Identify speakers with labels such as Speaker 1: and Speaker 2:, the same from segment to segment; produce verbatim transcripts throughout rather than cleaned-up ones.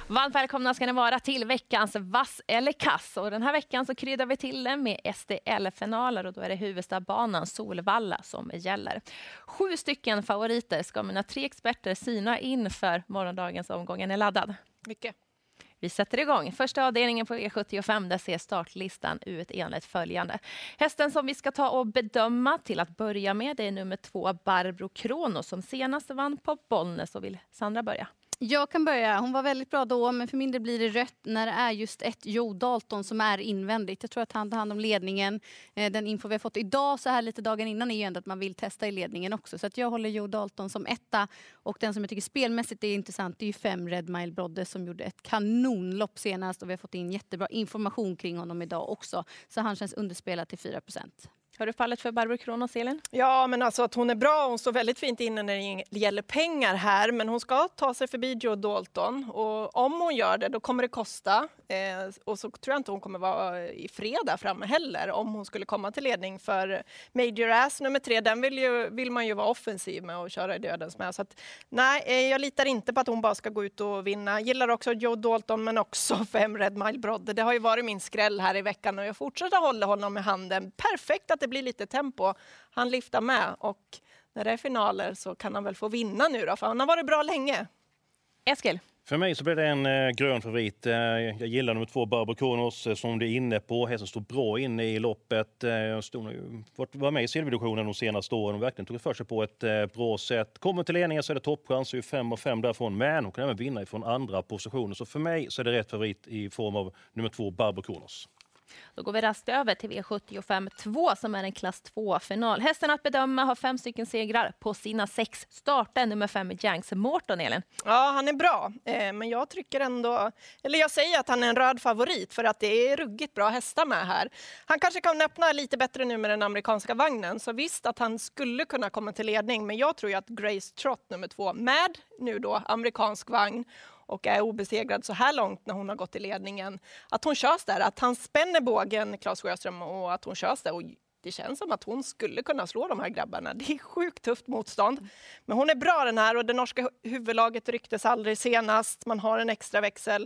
Speaker 1: Varmt välkomna ska ni vara till veckans Vass eller kass. Och den här veckan så kryddar vi till det med S D L-finaler och då är det Huvudstabanan Solvalla som gäller. Sju stycken favoriter ska mina tre experter syna inför morgondagens omgång. Är ni laddad?
Speaker 2: Mycket.
Speaker 1: Vi sätter igång. Första avdelningen på V sjuttiofem, där ser startlistan ut enligt följande. Hästen som vi ska ta och bedöma till att börja med, det är nummer två Barbro Kronos som senast vann på Bollnäs. Och vill Sandra börja?
Speaker 3: Jag kan börja. Hon var väldigt bra då, men för min del blir det rött när det är just ett Joe Dalton som är invändigt. Jag tror att han tar hand om ledningen. Den info vi har fått idag så här lite dagen innan är ju ändå att man vill testa i ledningen också. Så att jag håller Joe Dalton som etta. Och den som jag tycker spelmässigt är intressant, det är ju fem Red Mile Brodde som gjorde ett kanonlopp senast. Och vi har fått in jättebra information kring honom idag också. Så han känns underspelad till fyra procent.
Speaker 1: Har du fallet för Barbro Kronos, Elin?
Speaker 2: Ja, men alltså att hon är bra. Hon står väldigt fint inne när det gäller pengar här. Men hon ska ta sig förbi Joe Dalton. Och om hon gör det, då kommer det kosta. Eh, och så tror jag inte hon kommer vara i fredag framme heller. Om hon skulle komma till ledning för Major Ass nummer tre. Den vill, ju, vill man ju vara offensiv med och köra i dödens med. Så att, nej, eh, jag litar inte på att hon bara ska gå ut och vinna. Gillar också Joe Dalton, men också fem Red Mile Brodde. Det har ju varit min skräll här i veckan. Och jag fortsätter hålla honom i handen. Perfekt att det blir lite tempo. Han lyfter med och när det är finaler så kan han väl få vinna nu då, för han har varit bra länge.
Speaker 1: Eskil?
Speaker 4: För mig så blir det en eh, grön favorit. Eh, jag gillar nummer två Barbro Kronos eh, som du är inne på. Hästen står bra inne i loppet. Eh, stod, var med i silverdivisionen de senaste åren och verkligen tog för sig på ett eh, bra sätt. Kommer till ledningen så är det toppchans, är fem och fem därifrån. Men hon kan även vinna ifrån andra positioner. Så för mig så är det rätt favorit i form av nummer två Barbro Kronos.
Speaker 1: Då går vi raskt över till V sjuttiofem två som är en klass två-final. Hästen att bedöma har fem stycken segrar på sina sex starter. Nummer fem är Janks Morton, Elin.
Speaker 2: Ja, han är bra. Eh, men jag trycker ändå... Eller jag säger att han är en röd favorit för att det är ruggigt bra hästar med här. Han kanske kan öppna lite bättre nu med den amerikanska vagnen. Så visst att han skulle kunna komma till ledning. Men jag tror ju att Grace Trot nummer två med nu då amerikansk vagn och är obesegrad så här långt när hon har gått i ledningen. Att hon körs där, att han spänner bågen, Claes Sjöström, och att hon körs där. Och det känns som att hon skulle kunna slå de här grabbarna. Det är sjukt tufft motstånd. Men hon är bra den här och det norska huvudlaget ryktes aldrig senast. Man har en extra växel.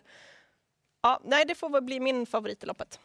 Speaker 2: Ja, nej, det får väl bli min favorit i loppet.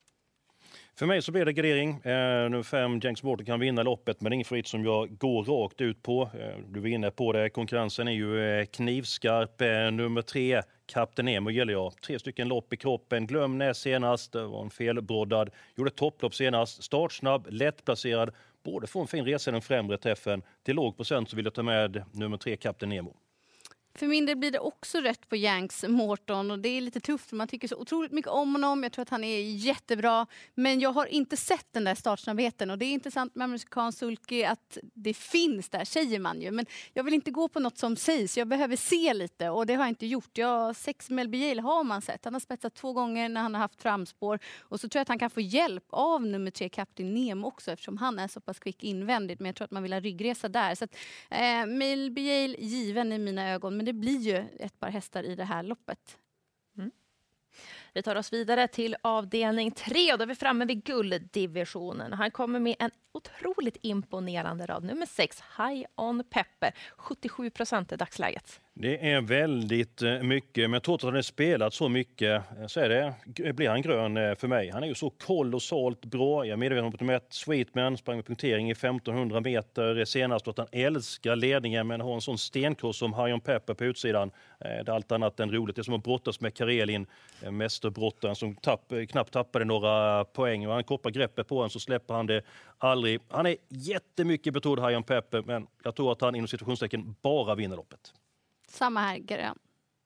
Speaker 4: För mig så blir det gardering. Eh, nummer fem, Janks Morton kan vinna loppet, men det är ingen favorit som jag går rakt ut på. Eh, du var inne på det, konkurrensen är ju eh, knivskarp. Eh, nummer tre, Kapten Nemo gäller jag. Tre stycken lopp i kroppen. Glöm näst senast, det var en felbroddad. Gjorde topplopp senast, startsnabb, lättplacerad. Både får en fin resa i den främre träffen. Till låg procent så vill jag ta med nummer tre, Kapten Nemo.
Speaker 3: För min del blir det också rätt på Janks Morton och det är lite tufft för man tycker så otroligt mycket om honom. Jag tror att han är jättebra, men jag har inte sett den där startsnabbheten och det är intressant med amerikansk sulky att det finns där, säger man ju. Men jag vill inte gå på något som sägs, jag behöver se lite och det har jag inte gjort. Jag, sex Melby Yale har man sett, han har spetsat två gånger när han har haft framspår och så tror jag att han kan få hjälp av nummer tre Kapten Nemo också eftersom han är så pass kvick invändigt, men jag tror att man vill ha ryggresa där. Så att, eh, Melby Yale given i mina ögon, men det blir ju ett par hästar i det här loppet.
Speaker 1: Mm. Vi tar oss vidare till avdelning tre och då är vi framme vid gulddivisionen. Han kommer med en otroligt imponerande rad. Nummer sex, High on Pepper. sjuttiosju procent i dagsläget.
Speaker 4: Det är väldigt mycket, men trots att han har spelat så mycket så är det, blir han grön för mig. Han är ju så kolossalt bra. Jag är medveten om att de är ett Sweetman, sprang med punktering i femtonhundra meter senast och att han älskar ledningen men har en sån stenkross som High on Pepper på utsidan. Det är allt annat än roligt. Det är som att brottas med Karelin, mästerbrottaren som tapp, knappt tappade några poäng och han koppar greppet på honom så släpper han det aldrig. Han är jättemycket betrodd High on Pepper, men jag tror att han inom situationstecken bara vinner loppet.
Speaker 3: Samma här, grön.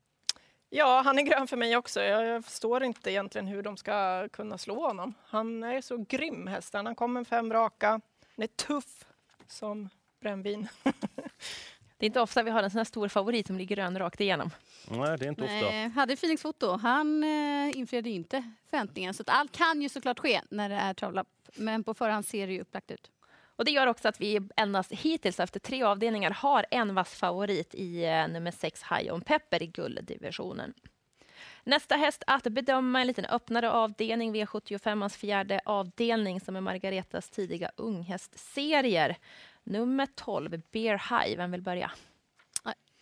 Speaker 2: Ja, han är grön för mig också. Jag förstår inte egentligen hur de ska kunna slå honom. Han är så grym hästen. Han kommer fem raka. Han är tuff som brännvin.
Speaker 1: Det är inte ofta vi har en sån här stor favorit som ligger grön rakt igenom.
Speaker 4: Nej, det är inte ofta.
Speaker 3: Nej, hade Phoenix Foto. Han eh, infriade ju inte förväntningen. Så att allt kan ju såklart ske när det är travlapp. Men på förhand ser det ju upplagt ut.
Speaker 1: Och det gör också att vi endast hittills efter tre avdelningar har en vass favorit i eh, nummer sex High on Pepper i gulddivisionen. Nästa häst att bedöma en liten öppnare avdelning, V sjuttiofemans fjärde avdelning som är Margaretas tidiga unghästserier. Nummer tolv, Bear High. Vem vill börja?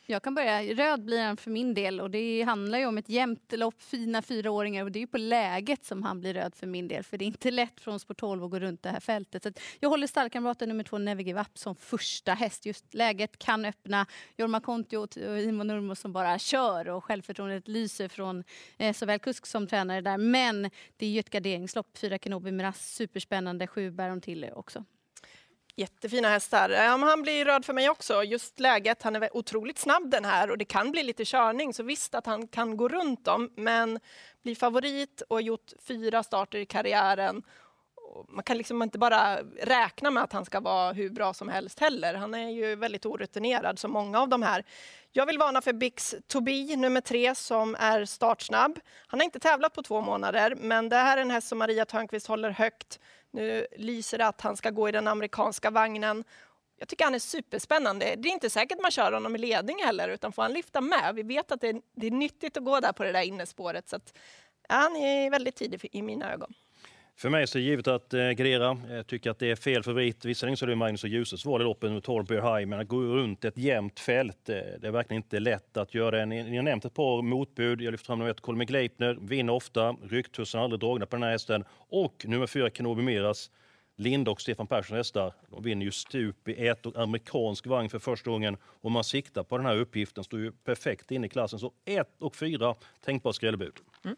Speaker 3: Jag kan börja. Röd blir han för min del och det handlar ju om ett jämnt lopp, fina fyraåringar och det är ju på läget som han blir röd för min del. För det är inte lätt från sport tolv att gå runt det här fältet. Så jag håller stallkamraten nummer två Never Give Up som första häst. Just läget kan öppna. Jorma Kontio och Imo Nurmo som bara kör och självförtroendet lyser från eh, såväl kusk som tränare där. Men det är ju ett garderingslopp. Fyra Kenobi Miraz, superspännande. Sju Baron Tiller också.
Speaker 2: Jättefina hästar. Ja, men han blir röd för mig också. Just läget, han är otroligt snabb den här och det kan bli lite körning så visst att han kan gå runt dem men blir favorit och gjort fyra starter i karriären. Man kan liksom inte bara räkna med att han ska vara hur bra som helst heller. Han är ju väldigt orutinerad som många av de här. Jag vill varna för Bix To Be, nummer tre, som är startsnabb. Han har inte tävlat på två månader, men det här är en häst som Maria Törnqvist håller högt. Nu lyser det att han ska gå i den amerikanska vagnen. Jag tycker han är superspännande. Det är inte säkert man kör honom i ledning heller, utan får han lyfta med. Vi vet att det är, det är nyttigt att gå där på det där innespåret. Så att, ja, han är väldigt tidig i mina ögon.
Speaker 4: För mig så är det givet att eh, gardera. Jag tycker att det är fel favorit. Visserligen så är det Magnus och Ljuses val i loppen med tolv Bear High, men att gå runt ett jämnt fält, eh, det är verkligen inte lätt att göra det. Ni, ni har nämnt ett par motbud. Jag lyfter fram nummer ett, Colmy Gleipner, vinner ofta. Rycktussen har aldrig dragna på den här hästen. Och nummer fyra, Kenobi Miraz, Linda och Stefan Persson hästar. De vinner ju stup i ett och amerikansk vagn för första gången. Om man siktar på den här uppgiften står ju perfekt in i klassen. Så ett och fyra, tänkbara skrällbud. Mm.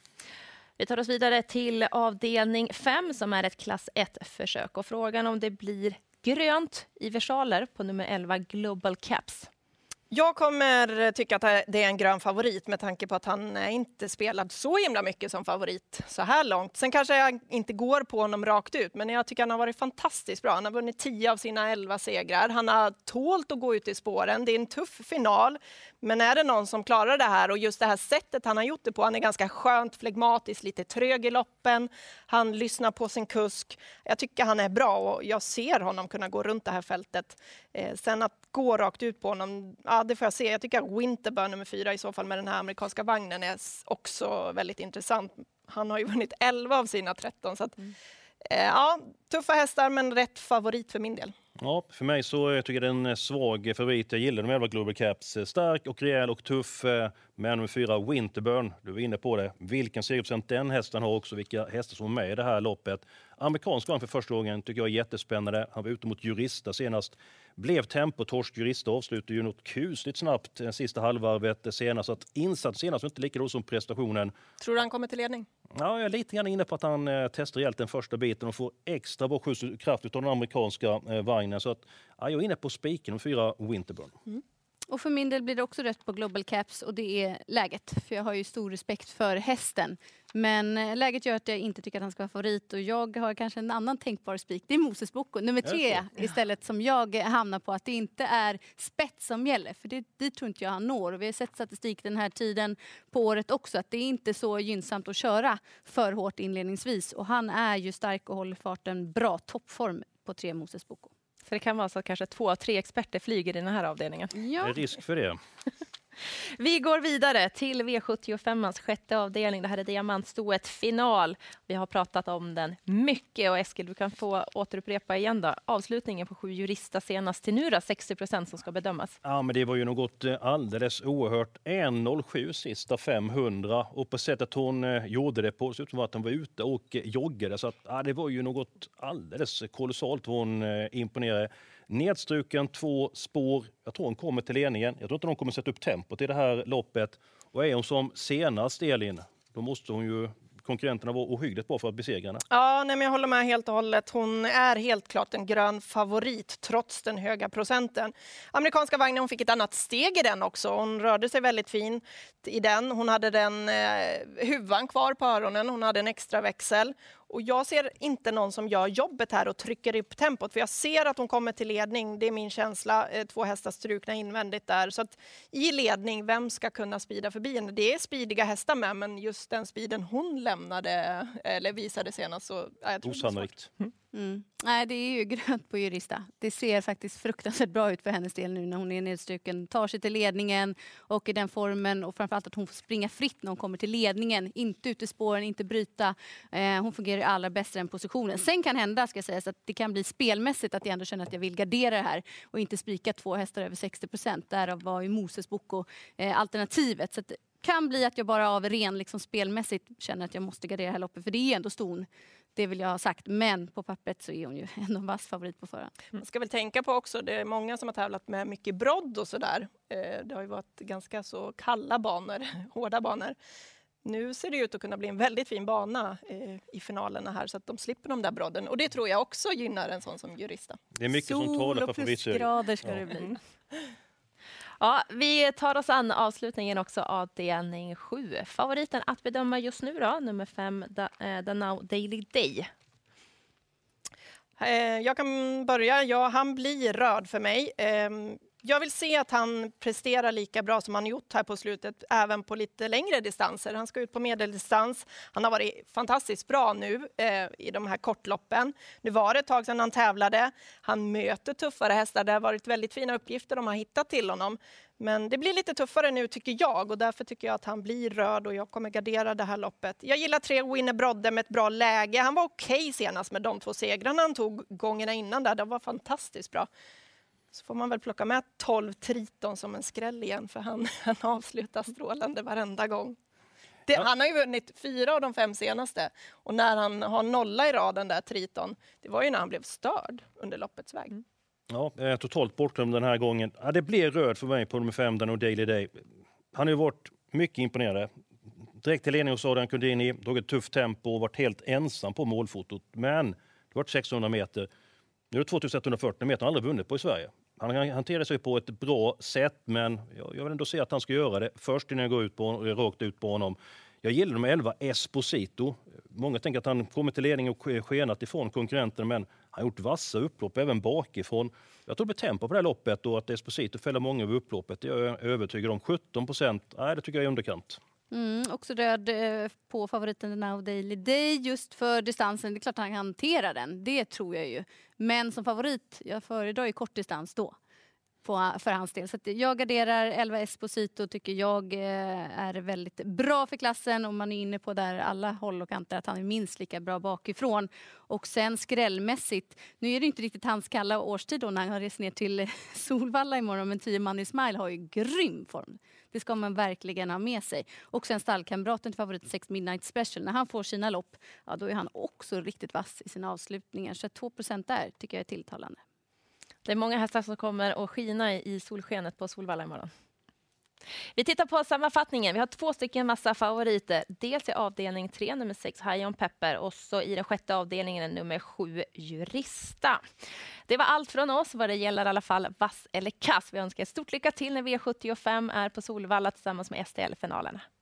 Speaker 1: Vi tar oss vidare till avdelning fem som är ett klass ett-försök. Och frågan om det blir grönt i versaler på nummer elva Global Caps.
Speaker 2: Jag kommer tycka att det är en grön favorit med tanke på att han inte spelat så himla mycket som favorit så här långt. Sen kanske jag inte går på honom rakt ut, men jag tycker han har varit fantastiskt bra. Han har vunnit tio av sina elva segrar. Han har tålt att gå ut i spåren. Det är en tuff final, men är det någon som klarar det här och just det här sättet han har gjort det på, han är ganska skönt, flegmatisk, lite trög i loppen. Han lyssnar på sin kusk. Jag tycker han är bra och jag ser honom kunna gå runt det här fältet. Eh, sen att gå rakt ut på honom, ja, det får jag se. Jag tycker att Winterburn nummer fyra i så fall med den här amerikanska vagnen är också väldigt intressant. Han har ju vunnit elva av sina tretton. Så att, mm. eh, ja, tuffa hästar men rätt favorit för min del.
Speaker 4: Ja, för mig så jag tycker jag det är en svag favorit. Jag gillar de elva Global Caps. Stark och rejäl och tuff. Med nummer fyra Winterburn, du var inne på det. Vilken segerprocent den hästen har också. Vilka hästar som är med i det här loppet. Amerikansk vagn för första gången tycker jag är jättespännande. Han var ute mot Jurista senast. Blev tempo, torsk Jurista avslutade ju något kusligt snabbt den sista halvvarvet senast. Så att insats senast var inte lika då som prestationen.
Speaker 2: Tror du han kommer till ledning?
Speaker 4: Ja, jag är lite grann inne på att han eh, testar rejält den första biten och får extra bra skjuts kraft av den amerikanska eh, vagnen. Så att, ja, jag är inne på spiken och fyra Winterburn.
Speaker 3: Mm. Och för min del blir det också rätt på Global Caps och det är läget. För jag har ju stor respekt för hästen. Men läget gör att jag inte tycker att han ska vara favorit och jag har kanske en annan tänkbar spik. Det är Moses Boko, nummer tre istället, som jag hamnar på att det inte är spets som gäller. För det, det tror inte jag han når. Och vi har sett statistik den här tiden på året också att det är inte så gynnsamt att köra för hårt inledningsvis. Och han är ju stark och håller farten bra, toppform på tre Moses Boko.
Speaker 1: Så det kan vara så att kanske två av tre experter flyger i den här avdelningen.
Speaker 4: Ja. Det är risk för det.
Speaker 1: Vi går vidare till V sjuttiofemans sjätte avdelning. Det här är diamantstoet final. Vi har pratat om den mycket och Eskil, du kan få återupprepa igen då. Avslutningen på sju Jurista senast till nu då, sextio procent som ska bedömas.
Speaker 4: Ja, men det var ju något alldeles oerhört. en noll sju sista femhundra och på sättet hon eh, gjorde det på så ut som att hon var ute och joggade. Så att, ja, det var ju något alldeles kolossalt hon eh, imponerade. Nedstruken, två spår. Jag tror hon kommer till ledningen. Jag tror inte de kommer sätta upp tempot i det här loppet. Och är hon som senast Elin, då måste hon ju konkurrenterna vara ohyggligt bra för att besegra henne.
Speaker 2: Ja, nej, men jag håller med helt och hållet. Hon är helt klart en grön favorit trots den höga procenten. Amerikanska vagnen, hon fick ett annat steg i den också. Hon rörde sig väldigt fint i den. Hon hade den eh, huvan kvar på öronen. Hon hade en extra växel. Och jag ser inte någon som gör jobbet här och trycker upp tempot. För jag ser att hon kommer till ledning. Det är min känsla. Två hästar strukna invändigt där. Så att i ledning, vem ska kunna spida förbi henne? Det är speediga hästar med, men just den speeden hon lämnade eller visade senast så... Ja, jag tror
Speaker 4: osannolikt.
Speaker 2: det är svårt.
Speaker 3: Mm. Nej, det är ju grönt på Jurista. Det ser faktiskt fruktansvärt bra ut för hennes del nu när hon är nedstruken. Tar sig till ledningen och i den formen. Och framförallt att hon får springa fritt när hon kommer till ledningen. Inte ut i spåren, inte bryta. Eh, hon fungerar allra bäst i den positionen. Sen kan hända, ska jag säga, så att det kan bli spelmässigt att jag ändå känner att jag vill gardera det här. Och inte spika två hästar över sextio procent. Därav var ju Moses Boko eh, alternativet. Så att kan bli att jag bara av ren liksom, spelmässigt känner att jag måste gardera det här loppet. För det är ändå ston. Det vill jag ha sagt. Men på pappret så är hon ju ändå vass favorit på förhand.
Speaker 2: Man ska väl tänka på också, det är många som har tävlat med mycket brodd och sådär. Det har ju varit ganska så kalla banor, hårda banor. Nu ser det ut att kunna bli en väldigt fin bana i finalerna här så att de slipper de där brodden. Och det tror jag också gynnar en sån som Jurista.
Speaker 4: Det är mycket
Speaker 3: Sol
Speaker 4: som talar för
Speaker 3: och
Speaker 4: favoritseger.
Speaker 3: plusgrader ska
Speaker 4: Ja.
Speaker 3: det bli.
Speaker 1: Ja, vi tar oss an avslutningen också, avdelning sju. Favoriten att bedöma just nu då, nummer fem, The Now Daily Day.
Speaker 2: Jag kan börja. Ja, han blir röd för mig. Jag vill se att han presterar lika bra som han gjort här på slutet, även på lite längre distanser. Han ska ut på medeldistans. Han har varit fantastiskt bra nu eh, i de här kortloppen. Nu var det ett tag sedan han tävlade. Han möter tuffare hästar. Det har varit väldigt fina uppgifter de har hittat till honom. Men det blir lite tuffare nu tycker jag och därför tycker jag att han blir röd och jag kommer gardera det här loppet. Jag gillar tre Winner Brodde med ett bra läge. Han var okej okay senast med de två segrarna han tog gångerna innan där. Det var fantastiskt bra. Så får man väl plocka med tolv Triton som en skräll igen för han, han avslutar strålande varenda gång. Det, ja. Han har ju vunnit fyra av de fem senaste och när han har nolla i raden där Triton, det var ju när han blev störd under loppets väg. Mm.
Speaker 4: Ja, jag är totalt bortglömd den här gången. Ja, det blev röd för mig på nummer fem, den och Daily Day. Han har ju varit mycket imponerande. Direkt till ledning hos Adrian Kundini, drog ett tufft tempo och varit helt ensam på målfotot. Men det var sexhundra meter. Nu är det tvåtusen etthundrafyrtio meter, han har aldrig vunnit på i Sverige. Han hanterar sig på ett bra sätt, men jag vill ändå se att han ska göra det först innan jag går ut på, rakt ut på honom. Jag gillar nummer elva, Esposito. Många tänker att han kommer till ledning och skenat ifrån konkurrenten, men han har gjort vassa upplopp även bakifrån. Jag tror det blir tempo på det här loppet och att Esposito fäller många över upploppet. Jag är övertygad om sjutton procent. Nej, det tycker jag är underkant.
Speaker 3: Mm, också röd eh, på favoriten The Now Daily Day just för distansen. Det är klart att han hanterar den. Det tror jag ju. Men som favorit, jag föredrar ju kortdistans då. På, för hans del. Så att jag garderar elva Esposito tycker jag eh, är väldigt bra för klassen. Och man är inne på där alla håll och kanter att han är minst lika bra bakifrån. Och sen skrällmässigt. Nu är det inte riktigt hans kalla årstid då när han har rest ner till Solvalla imorgon. Men tio Money Smile har ju grym form. Det ska man verkligen ha med sig. Och sen stallkamraten till favorit sex Midnight Special. När han får sina lopp, ja, då är han också riktigt vass i sina avslutningar. Så två procent där tycker jag är tilltalande.
Speaker 1: Det är många hästar som kommer att skina i solskenet på Solvalla imorgon. Vi tittar på sammanfattningen. Vi har två stycken massa favoriter. Dels i avdelning tre, nummer sex, High on Pepper. Och så i den sjätte avdelningen, nummer sju, Jurista. Det var allt från oss vad det gäller i alla fall vass eller kass. Vi önskar ett stort lycka till när V sjuttiofem är på Solvalla tillsammans med S T L-finalerna.